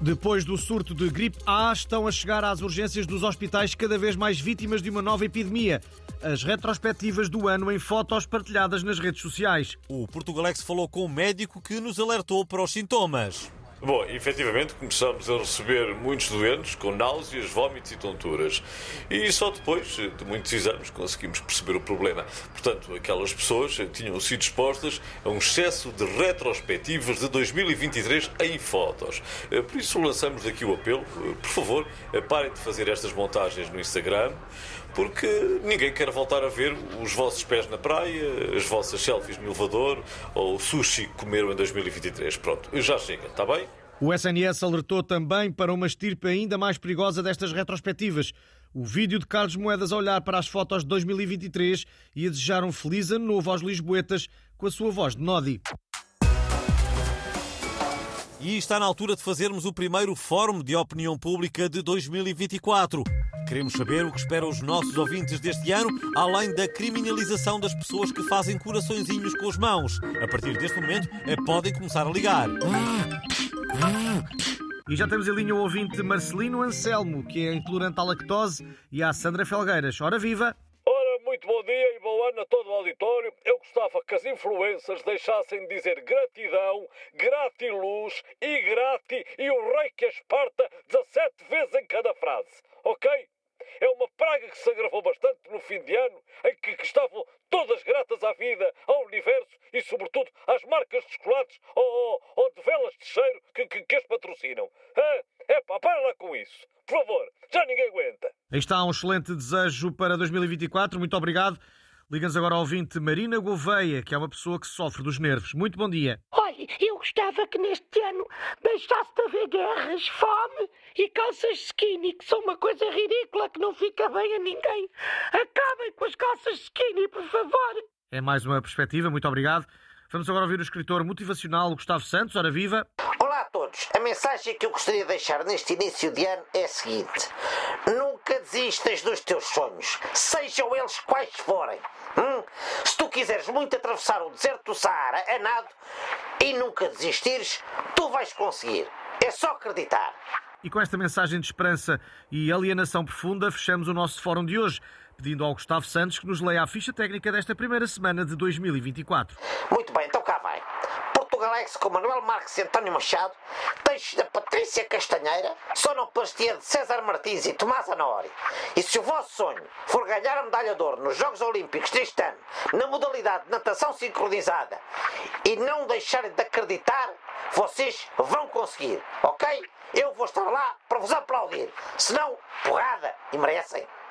Depois do surto de gripe A, estão a chegar às urgências dos hospitais cada vez mais vítimas de uma nova epidemia. As retrospectivas do ano em fotos partilhadas nas redes sociais. O Portugalex falou com um médico que nos alertou para os sintomas. Bom, efetivamente começamos a receber muitos doentes com náuseas, vómitos e tonturas. E só depois de muitos exames conseguimos perceber o problema. Portanto, aquelas pessoas tinham sido expostas a um excesso de retrospectivas de 2023 em fotos. Por isso lançamos aqui o apelo, por favor, parem de fazer estas montagens no Instagram, porque ninguém quer voltar a ver os vossos pés na praia, as vossas selfies no elevador ou o sushi que comeram em 2023. Pronto, já chega, está bem? O SNS alertou também para uma estirpe ainda mais perigosa destas retrospectivas. O vídeo de Carlos Moedas a olhar para as fotos de 2023 e a desejar um feliz ano novo aos lisboetas com a sua voz de Nodi. E está na altura de fazermos o primeiro Fórum de Opinião Pública de 2024. Queremos saber o que esperam os nossos ouvintes deste ano, além da criminalização das pessoas que fazem coraçõezinhos com as mãos. A partir deste momento, podem começar a ligar. E já temos em linha o ouvinte Marcelino Anselmo, que é intolerante à lactose, e à Sandra Felgueiras. Ora viva! Ora, muito bom dia e bom ano a todo o auditório. Eu gostava que as influências deixassem de dizer gratidão, gratiluz e grati e o rei que Esparta 17 vezes em cada frase, ok? É uma praga que se agravou bastante no fim de ano, em que estavam todas gratas à vida, ao universo e, sobretudo, às marcas de chocolates ou de velas de cheiro que as patrocinam. Para lá com isso. Por favor, já ninguém aguenta. Aí está um excelente desejo para 2024. Muito obrigado. Liga-nos agora ao ouvinte Marina Gouveia, que é uma pessoa que sofre dos nervos. Muito bom dia. Olha, eu gostava que neste ano deixasse de haver guerras, fome e calças skinny, que são uma coisa ridícula que não fica bem a ninguém. Acabem com as calças skinny, por favor. É mais uma perspectiva. Muito obrigado. Vamos agora ouvir o escritor motivacional Gustavo Santos. Ora viva. Olá a todos. A mensagem que eu gostaria de deixar neste início de ano é a seguinte. Nunca desistas dos teus sonhos, sejam eles quais forem. Se tu quiseres muito atravessar o deserto do Saara a nado e nunca desistires, tu vais conseguir. É só acreditar. E com esta mensagem de esperança e alienação profunda, fechamos o nosso fórum de hoje, pedindo ao Gustavo Santos que nos leia a ficha técnica desta primeira semana de 2024. Muito bem, então cá vai. Portugalex com Manuel Marques e António Machado, textos da Patrícia Castanheira, sonoplastia de César Martins e Tomás Anori. E se o vosso sonho for ganhar a medalha de ouro nos Jogos Olímpicos deste ano, na modalidade de natação sincronizada, e não deixarem de acreditar, vocês vão conseguir, ok? Eu vou estar lá para vos aplaudir. Se não, porrada, e merecem.